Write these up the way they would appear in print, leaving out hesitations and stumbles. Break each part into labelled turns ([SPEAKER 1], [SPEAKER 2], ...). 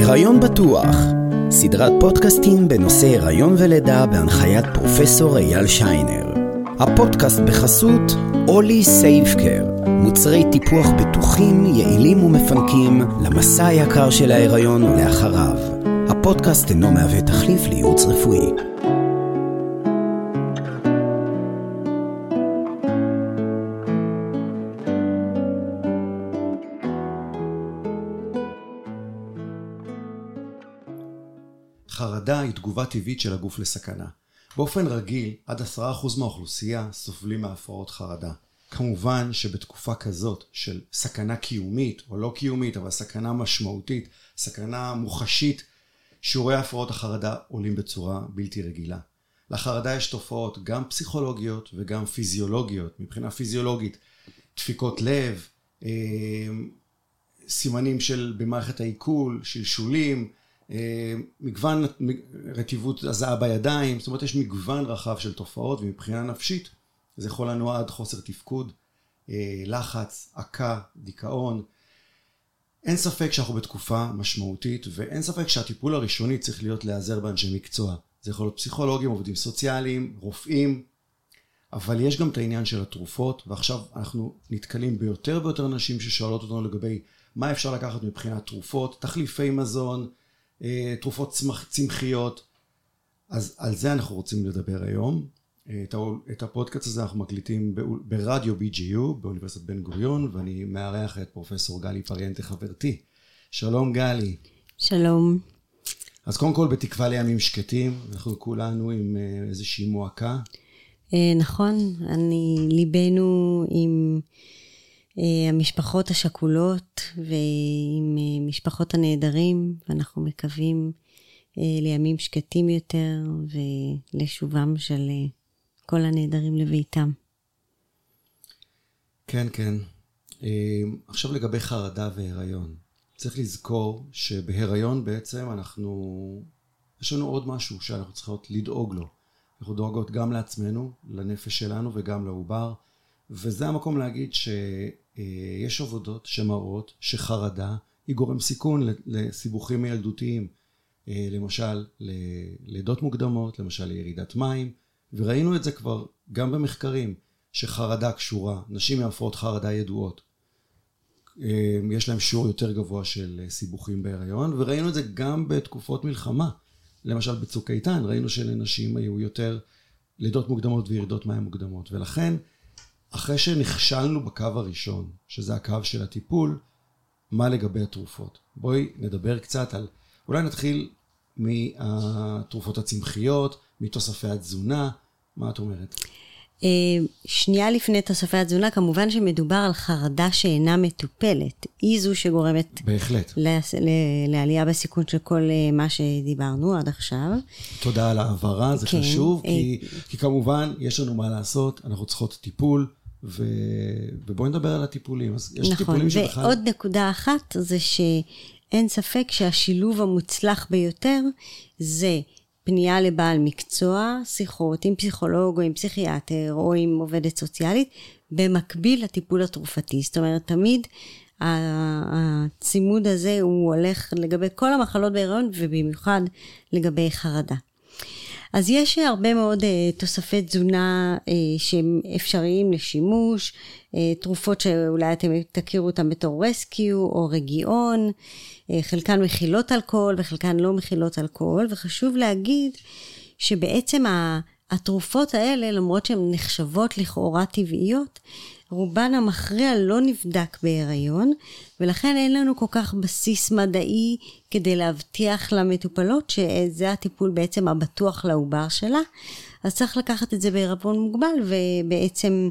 [SPEAKER 1] הריון בטוח, סדרת פודקאסטים בנושא הריון ולידה בהנחיית פרופסור אייל שיינר. הפודקאסט בחסות אולי סייפקר, מוצרי טיפוח בטוחים, יעילים ומפנקים למסע היקר של ההיריון ולאחריו. הפודקאסט אינו מהווה תחליף לייעוץ רפואי. חרדה היא תגובה טבעית של הגוף לסכנה. באופן רגיל, עד 10% מהאוכלוסייה סובלים מהפרעות חרדה. כמובן שבתקופה כזאת של סכנה קיומית או לא קיומית, אבל סכנה משמעותית, סכנה מוחשית, שיעורי הפרעות החרדה עולים בצורה בלתי רגילה. לחרדה יש תופעות גם פסיכולוגיות וגם פיזיולוגיות. מבחינה פיזיולוגית, דפיקות לב, סימנים של במערכת העיכול, שלשולים, מגוון רטיבות הזעה בידיים, זאת אומרת יש מגוון רחב של תופעות, ומבחינה נפשית זה יכול לנוע עד חוסר תפקוד, לחץ, עקה, דיכאון. אין ספק שאנחנו בתקופה משמעותית, ואין ספק שהטיפול הראשוני צריך להיות להיעזר באנשי מקצוע. זה יכול להיות פסיכולוגים, עובדים סוציאליים, רופאים, אבל יש גם את העניין של התרופות, ועכשיו אנחנו נתקלים ביותר ויותר נשים ששואלות אותנו לגבי מה אפשר לקחת מבחינת תרופות, תחליפי מזון, תרופות צמחיות. אז על זה אנחנו רוצים לדבר היום. את הפודקאסט הזה אנחנו מקליטים ברדיו BGU באוניברסיטת בן גוריון, ואני מארח את פרופסור גלי פריאנטה חברתי. שלום גלי.
[SPEAKER 2] שלום.
[SPEAKER 1] אז קודם כל בתקווה לימים שקטים, אנחנו כולנו עם איזושהי מועקה.
[SPEAKER 2] נכון, ליבנו עם המשפחות השכולות ועם משפחות הנעדרים, ואנחנו מקווים לימים שקטים יותר ולשובם של כל הנעדרים לביתם.
[SPEAKER 1] כן, כן. עכשיו לגבי חרדה והיריון. צריך לזכור שבהיריון בעצם יש לנו עוד משהו שאנחנו צריכות לדאוג לו. אנחנו דואגות גם לעצמנו, לנפש שלנו וגם לעובר. וזה המקום להגיד שיש עבודות שמראות שחרדה היא גורם סיכון לסיבוכים מילדותיים. למשל ללידות מוקדמות, למשל לירידת מים, וראינו את זה כבר גם במחקרים, שחרדה קשורה, נשים עם הפרעות חרדה ידועות, יש להם שיעור יותר גבוה של סיבוכים בהיריון, וראינו את זה גם בתקופות מלחמה. למשל בצוק איתן, ראינו שלנשים היו יותר לידות מוקדמות וירידות מים מוקדמות, ולכן אחרי שנכשלנו בקו הראשון, שזה הקו של הטיפול, מה לגבי התרופות? בואי נדבר קצת על, אולי נתחיל מהתרופות הצמחיות, מתוספי התזונה, מה את אומרת?
[SPEAKER 2] שנייה לפני תוספי התזונה, כמובן שמדובר על חרדה שאינה מטופלת. היא זו שגורמת
[SPEAKER 1] בהחלט
[SPEAKER 2] לעלייה בסיכון של כל מה שדיברנו עד עכשיו.
[SPEAKER 1] תודה על העברה, זה חשוב, כי כמובן יש לנו מה לעשות, אנחנו צריכות טיפול, ובואי נדבר על הטיפולים. אז יש
[SPEAKER 2] נכון, ועוד נקודה אחת זה שאין ספק שהשילוב המוצלח ביותר זה פנייה לבעל מקצוע, שיחות עם פסיכולוג או עם פסיכיאטר או עם עובדת סוציאלית, במקביל לטיפול התרופתי. זאת אומרת, תמיד הצימוד הזה הוא הולך לגבי כל המחלות בהיריון, ובמיוחד לגבי חרדה. אז יש הרבה מאוד תוספי תזונה שהם אפשריים לשימוש, תרופות שאולי אתם תכירו אותם בתור רסקיו או רגיעון, חלקן מכילות אלכוהול וחלקן לא מכילות אלכוהול, וחשוב להגיד שבעצם התרופות האלה, למרות שהן נחשבות לכאורה טבעיות, רובן המכריע לא נבדק בהיריון, ולכן אין לנו כל כך בסיס מדעי כדי להבטיח למטופלות שזה הטיפול בעצם הבטוח לעובר שלה. אז צריך לקחת את זה בעירבון מוגבל, ובעצם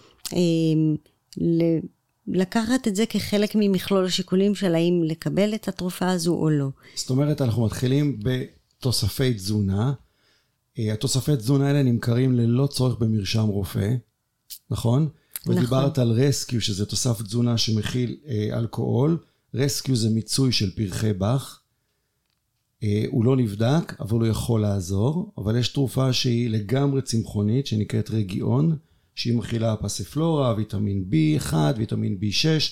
[SPEAKER 2] לקחת את זה כחלק ממכלול השיקולים של האם לקבל את התרופה הזו או לא.
[SPEAKER 1] זאת אומרת, אנחנו מתחילים בתוספי תזונה. התוספי תזונה האלה נמכרים ללא צורך במרשם רופא, נכון? ודיברת על רסקיו, שזה תוסף תזונה שמכיל אלכוהול. רסקיו זה מיצוי של פרחי באך. הוא לא נבדק, אבל הוא יכול לעזור. אבל יש תרופה שהיא לגמרי צמחונית, שנקראת רגיעון, שהיא מכילה פספלורה, ויטמין B1, ויטמין B6,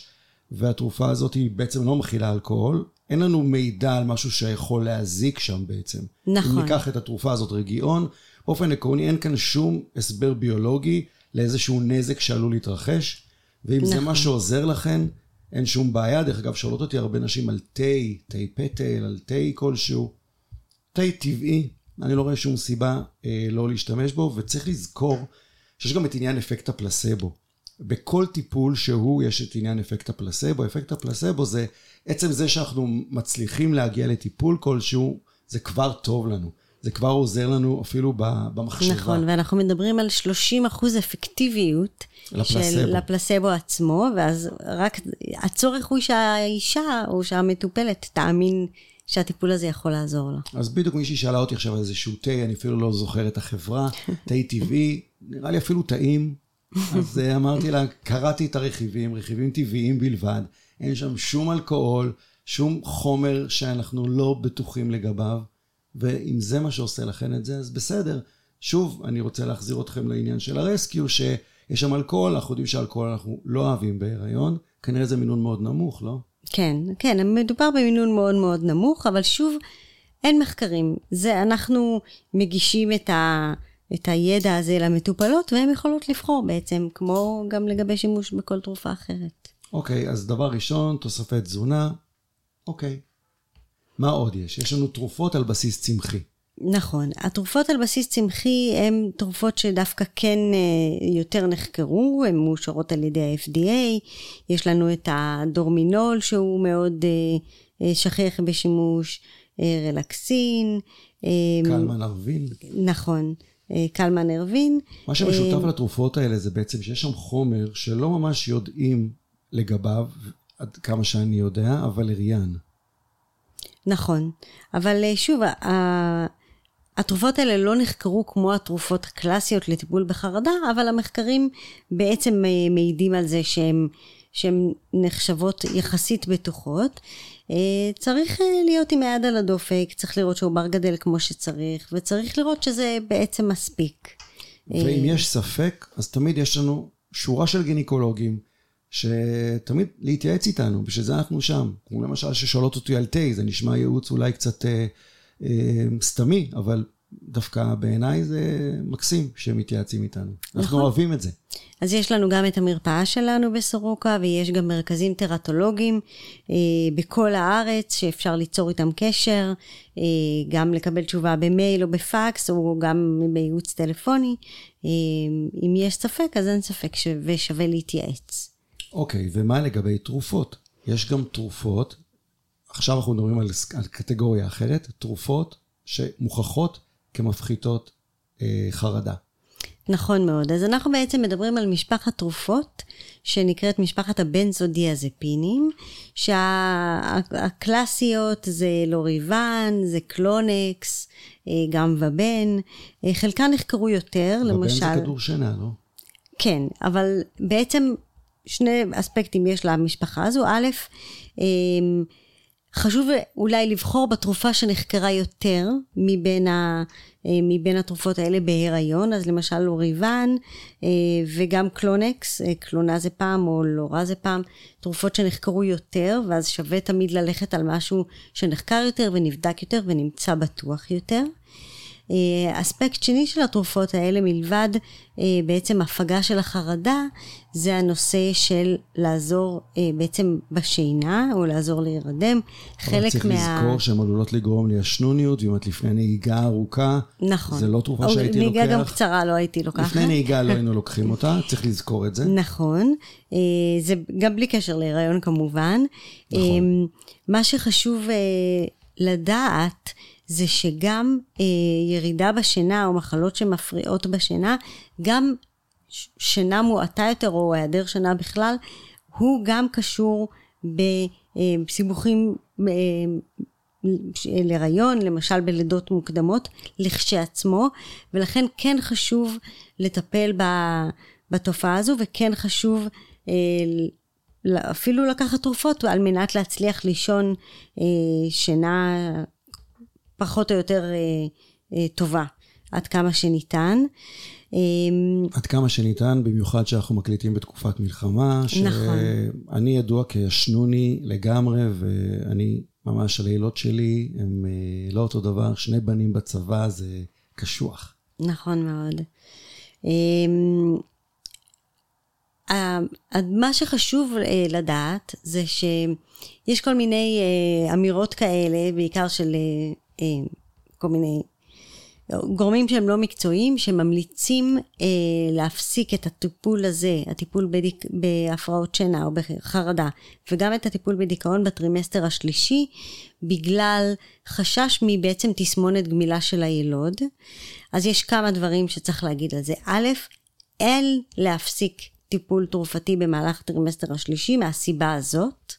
[SPEAKER 1] והתרופה הזאת היא בעצם לא מכילה אלכוהול, אין לנו מידע על משהו שיכול להזיק שם בעצם.
[SPEAKER 2] נכון.
[SPEAKER 1] אם ניקח את התרופה הזאת רגיעון, באופן עקרוני אין כאן שום הסבר ביולוגי לאיזשהו נזק שעלול להתרחש, ואם זה מה שעוזר לכן, אין שום בעיה. דרך אגב, שואלות אותי הרבה נשים על תה פטל, על תה כלשהו. תה טבעי, אני לא רואה שום סיבה לא להשתמש בו, וצריך לזכור שיש גם את עניין אפקט הפלסבו. בכל טיפול שהוא יש את עניין אפקט הפלסבו. אפקט הפלסבו זה עצם זה שאנחנו מצליחים להגיע לטיפול כלשהו, זה כבר טוב לנו. זה כבר עוזר לנו אפילו במחשבה.
[SPEAKER 2] נכון, ואנחנו מדברים על 30% אפקטיביות של הפלסבו עצמו, ואז רק הצורך הוא שהאישה או שהמטופלת תאמין שהטיפול הזה יכול לעזור לה.
[SPEAKER 1] אז בדיוק מישהי שאלה אותי עכשיו איזשהו תה, אני אפילו לא זוכר את החברה, תה טבעי, נראה לי אפילו טעים, אז אמרתי לה, קראתי את הרכיבים, רכיבים טבעיים בלבד, אין שם שום אלכוהול, שום חומר שאנחנו לא בטוחים לגביו, ואם זה מה שעושה לכן את זה, אז בסדר. שוב, אני רוצה להחזיר אתכם לעניין של הרסקיו, שיש שם אלכוהול, אנחנו יודעים שאלכוהול אנחנו לא אוהבים בהיריון, כנראה זה מינון מאוד נמוך, לא?
[SPEAKER 2] כן, כן, מדובר במינון מאוד מאוד נמוך, אבל שוב, אין מחקרים. זה, אנחנו מגישים את הידע הזה למטופלות, והן יכולות לבחור בעצם, כמו גם לגבי שימוש בכל תרופה אחרת.
[SPEAKER 1] אוקיי, אז דבר ראשון, תוספי תזונה. אוקיי. מה עוד יש? יש לנו תרופות על בסיס צמחי.
[SPEAKER 2] נכון. התרופות על בסיס צמחי הן תרופות שדווקא כן יותר נחקרו, הן מאושרות על ידי ה-FDA. יש לנו את הדורמינול שהוא מאוד שכיח בשימוש, רלקסין.
[SPEAKER 1] קלמן ארווין.
[SPEAKER 2] נכון. קלמן ארווין.
[SPEAKER 1] מה שמשותף לתרופות האלה זה בעצם שיש שם חומר שלא ממש יודעים לגביו, עד כמה שאני יודע, אבל הריין.
[SPEAKER 2] נכון, אבל שוב, התרופות האלה לא נחקרו כמו התרופות הקלאסיות לטיפול בחרדה, אבל המחקרים בעצם מעידים על זה שהן נחשבות יחסית בטוחות. צריך להיות עם היד על הדופק, צריך לראות שעובר גדל כמו שצריך, וצריך לראות שזה בעצם מספיק.
[SPEAKER 1] ואם יש ספק, אז תמיד יש לנו שורה של גינקולוגים, שתמיד להתייעץ איתנו, בשביל זה אנחנו שם. כמו למשל ששואלות אותי על תה, זה נשמע ייעוץ אולי קצת סתמי, אבל דווקא בעיניי זה מקסים שהם מתייעצים איתנו. אנחנו
[SPEAKER 2] נכון.
[SPEAKER 1] אוהבים את זה.
[SPEAKER 2] אז יש לנו גם את המרפאה שלנו בסורוקה, ויש גם מרכזים תרטולוגיים בכל הארץ, שאפשר ליצור איתם קשר, גם לקבל תשובה במייל או בפקס, או גם בייעוץ טלפוני. אם יש ספק, אז אין ספק ושווה להתייעץ.
[SPEAKER 1] אוקיי, ומה לגבי תרופות? יש גם תרופות, עכשיו אנחנו מדברים על קטגוריה אחרת, תרופות שמוכחות כמפחיתות חרדה.
[SPEAKER 2] נכון מאוד. אז אנחנו בעצם מדברים על משפחת תרופות, שנקראת משפחת הבנזודיאזפינים, שהקלאסיות זה לוריבן, זה קלונקס, גם ובן. חלקן נחקרו יותר, למשל...
[SPEAKER 1] ובן זה כדור שינה, לא?
[SPEAKER 2] כן, אבל בעצם שני אספקטים יש למשפחה הזו. א', חשוב אולי לבחור בתרופה שנחקרה יותר מבין התרופות האלה בהיריון, אז למשל לוריבן וגם קלונקס, קלונזפם או לורזפם, תרופות שנחקרו יותר, ואז שווה תמיד ללכת על משהו שנחקר יותר ונבדק יותר ונמצא בטוח יותר. אספקט שני של התרופות האלה מלבד בעצם הפגה של החרדה, זה הנושא של לעזור בעצם בשינה או לעזור להירדם.
[SPEAKER 1] אבל צריך לזכור שהן עלולות לגרום לישנוניות, ואם את לפני נהיגה ארוכה, נכון. זה לא תרופה שהייתי לוקח.
[SPEAKER 2] נהיגה גם קצרה לא הייתי לוקחת.
[SPEAKER 1] לפני נהיגה לא היינו לוקחים אותה, צריך לזכור את זה.
[SPEAKER 2] נכון, זה גם בלי קשר להיריון כמובן. נכון. מה שחשוב לדעת, זה שגם ירידה בשינה או מחלות שמפריעות בשינה, גם שינה מועטה יותר או היעדר שינה בכלל, הוא גם קשור בסיבוכים להיריון, למשל בלידות מוקדמות, לכשעצמו, ולכן כן חשוב לטפל בתופעה הזו, וכן חשוב אפילו לקחת תרופות על מנת להצליח לישון שינה פחות או יותר טובה, עד כמה שניתן.
[SPEAKER 1] עד כמה שניתן, במיוחד שאנחנו מקליטים בתקופת מלחמה,
[SPEAKER 2] נכון.
[SPEAKER 1] שאני ידוע כישנוני לגמרי, ואני ממש הלילות שלי הם לא אותו דבר, 2 בנים בצבא זה קשוח.
[SPEAKER 2] נכון מאוד. מה שחשוב לדעת זה שיש כל מיני אמירות כאלה, בעיקר של כל מיני גורמים שהם לא מקצועיים, שממליצים להפסיק את הטיפול הזה, הטיפול בהפרעות שינה או בחרדה, וגם את הטיפול בדיכאון בטרימסטר השלישי, בגלל חשש מבעצם תסמונת גמילה של הילוד. אז יש כמה דברים שצריך להגיד על זה. א', אין להפסיק טיפול תרופתי במהלך הטרימסטר השלישי, מהסיבה הזאת.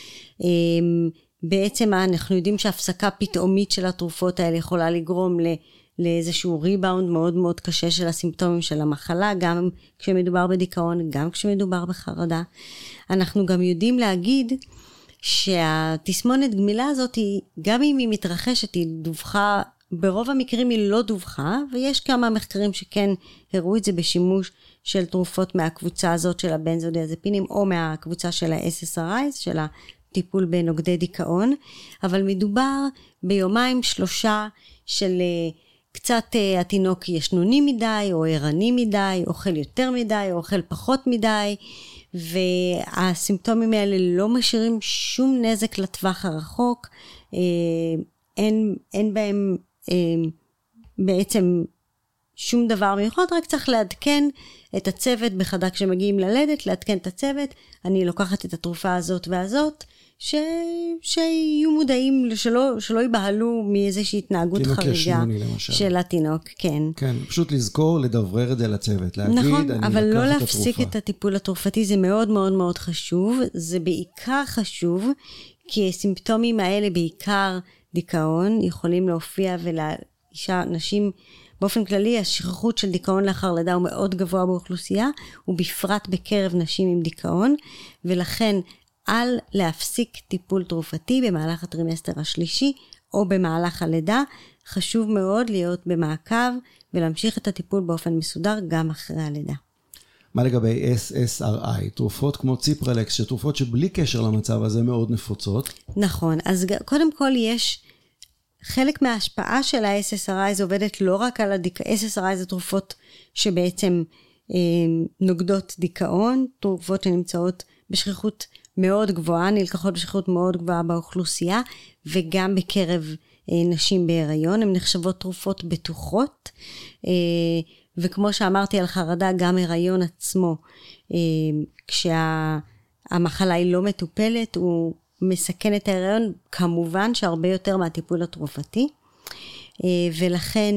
[SPEAKER 2] בעצם אנחנו יודעים שהפסקה פתאומית של התרופות האלה יכולה לגרום לאיזשהו ריבאונד מאוד מאוד קשה של הסימפטומים של המחלה, גם כשמדובר בדיכאון, גם כשמדובר בחרדה. אנחנו גם יודעים להגיד שהתסמונת גמילה הזאת, גם אם היא מתרחשת, היא דווחה, ברוב המקרים היא לא דווחה, ויש כמה מחקרים שכן הראו את זה בשימוש של תרופות מהקבוצה הזאת של הבנזודיאזפינים, או מהקבוצה של ה-SSRIs, של הטיפול בנוגדי דיכאון, אבל מדובר ביומיים 3 של קצת התינוק ישנוני מדי, או ערני מדי, אוכל יותר מדי, או אוכל פחות מדי, והסימפטומים האלה לא משאירים שום נזק לטווח הרחוק, אין בהם בעצם שום דבר מיוחד, רק צריך לעדכן את הצוות בחדר כשמגיעים ללדת, לעדכן את הצוות, אני לוקחת את התרופה הזאת והזאת, שיהיו מודעים, שלא ייבהלו מאיזושהי התנהגות חריגה של התינוק, כן.
[SPEAKER 1] כן, פשוט לזכור, לדברר את זה לצוות, להגיד,
[SPEAKER 2] נכון,
[SPEAKER 1] אני
[SPEAKER 2] אבל לא
[SPEAKER 1] לקחת
[SPEAKER 2] להפסיק את הטיפול התרופתי, זה מאוד מאוד מאוד חשוב, זה בעיקר חשוב, כי הסימפטומים האלה, בעיקר דיכאון, יכולים להופיע ולאישה, נשים, באופן כללי, השכיחות של דיכאון לאחר לידה הוא מאוד גבוה באוכלוסייה, ובפרט בקרב נשים עם דיכאון, ולכן על להפסיק טיפול תרופתי במהלך הטרימסטר השלישי, או במהלך הלידה, חשוב מאוד להיות במעקב, ולהמשיך את הטיפול באופן מסודר גם אחרי הלידה.
[SPEAKER 1] מה לגבי SSRI? תרופות כמו ציפרלקס, שתרופות שבלי קשר למצב הזה מאוד נפוצות.
[SPEAKER 2] נכון, אז קודם כל יש חלק מההשפעה של ה-SSRI, זה עובדת לא רק על SSRI זה תרופות שבעצם נוגדות דיכאון, תרופות שנמצאות בשכיחות מאוד גבוהה, נלקחות בשכיחות מאוד גבוהה באוכלוסייה, וגם בקרב נשים בהיריון, הן נחשבות תרופות בטוחות, וכמו שאמרתי על חרדה, גם הריון עצמו, כשהמחלה היא לא מטופלת, הוא מסכן את ההיריון, כמובן שהרבה יותר מהטיפול התרופתי, ולכן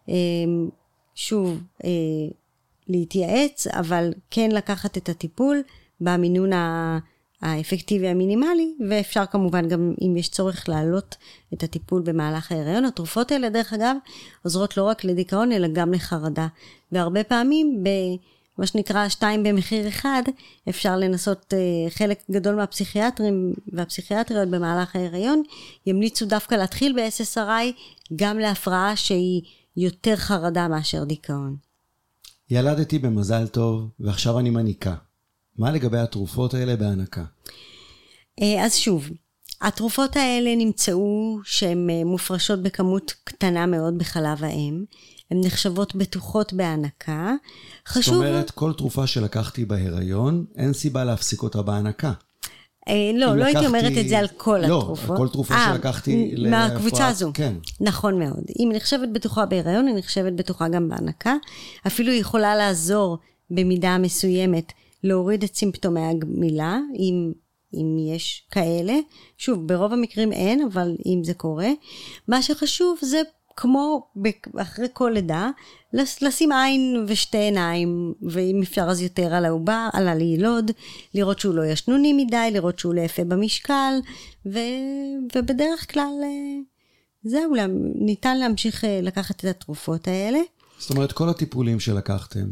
[SPEAKER 2] שוב להתייעץ, אבל כן לקחת את הטיפול במינון האפקטיבי המינימלי, ואפשר כמובן גם אם יש צורך להעלות את הטיפול במהלך ההיריון. התרופות האלה דרך אגב עוזרות לא רק לדיכאון אלא גם לחרדה, והרבה פעמים במה שנקרא 2 במחיר אחד, אפשר לנסות, חלק גדול מהפסיכיאטרים והפסיכיאטריות במהלך ההיריון ימליצו דווקא להתחיל ב-SSRI גם להפרעה שהיא יותר חרדה מאשר דיכאון.
[SPEAKER 1] ילדתי במזל טוב ועכשיו אני מניקה. מה לגבי התרופות האלה בהנקה?
[SPEAKER 2] אז שוב, התרופות האלה נמצאו שהן מופרשות בכמות קטנה מאוד בחלב האם, הן נחשבות בטוחות בהנקה.
[SPEAKER 1] זאת אומרת, כל תרופה שלקחתי בהיריון, אין סיבה להפסיק אותה בהנקה.
[SPEAKER 2] לא הייתי אומרת את זה על כל התרופות.
[SPEAKER 1] לא, כל תרופה שלקחתי
[SPEAKER 2] מהקבוצה הזו.
[SPEAKER 1] כן.
[SPEAKER 2] נכון מאוד. אם היא נחשבת בטוחה בהיריון, היא נחשבת בטוחה גם בהנקה. אפילו היא יכולה לעזור במידה מסוימת להוריד את סימפטומי הגמילה, אם יש כאלה. שוב, ברוב המקרים אין, אבל אם זה קורה. מה שחשוב זה כמו אחרי כל לידה, לשים עין ושתי עיניים, ואם אפשר אז יותר על העובר, על הילוד, לראות שהוא לא ישנוני מדי, לראות שהוא לא יפה במשקל, ובדרך כלל זהו, ניתן להמשיך לקחת את התרופות האלה.
[SPEAKER 1] זאת אומרת, כל הטיפולים שלקחתם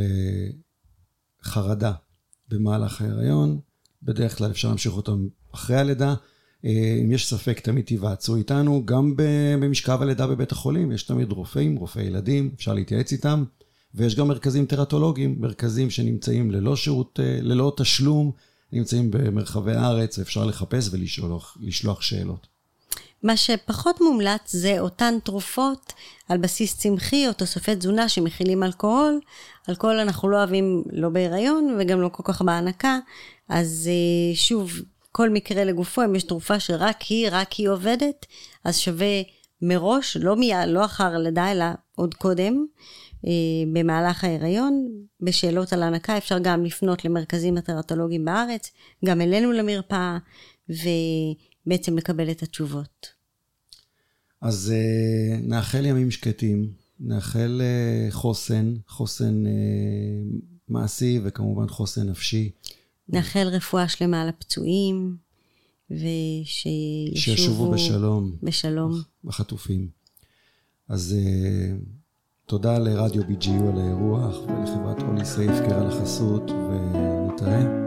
[SPEAKER 1] לחרדה במהלך ההיריון, בדרך כלל אפשר להמשיך אותם אחרי הלידה. אם יש ספק, תמיד תיוועצו איתנו, גם במשכב הלידה בבית החולים, יש תמיד רופאי ילדים, אפשר להתייעץ איתם, ויש גם מרכזים טרטולוגיים, מרכזים שנמצאים ללא שירות, ללא תשלום, נמצאים במרחבי הארץ, ואפשר לחפש ולשלוח שאלות.
[SPEAKER 2] מה שפחות מומלץ זה אותן תרופות על בסיס צמחי או תוספי תזונה שמכילים אלכוהול. אלכוהול אנחנו לא אוהבים לא בהיריון וגם לא כל כך בהנקה. אז שוב, כל מקרה לגופו, אם יש תרופה שרק היא עובדת, אז שווה מראש, לא אחר לידה, אלא עוד קודם, במהלך ההיריון. בשאלות על ההנקה אפשר גם לפנות למרכזים הטרטולוגיים בארץ, גם אלינו למרפאה, ובעצם לקבל את התשובות.
[SPEAKER 1] אז נאחל ימים שקטים, נאחל חוסן מעשי וכמובן חוסן נפשי.
[SPEAKER 2] נאחל רפואה שלמה לפצועים,
[SPEAKER 1] שישובו
[SPEAKER 2] בשלום.
[SPEAKER 1] בחטופים. אז תודה לרדיו BGU על האירוח, ולחברת אולי סייף קרא לחסות, ונתראה.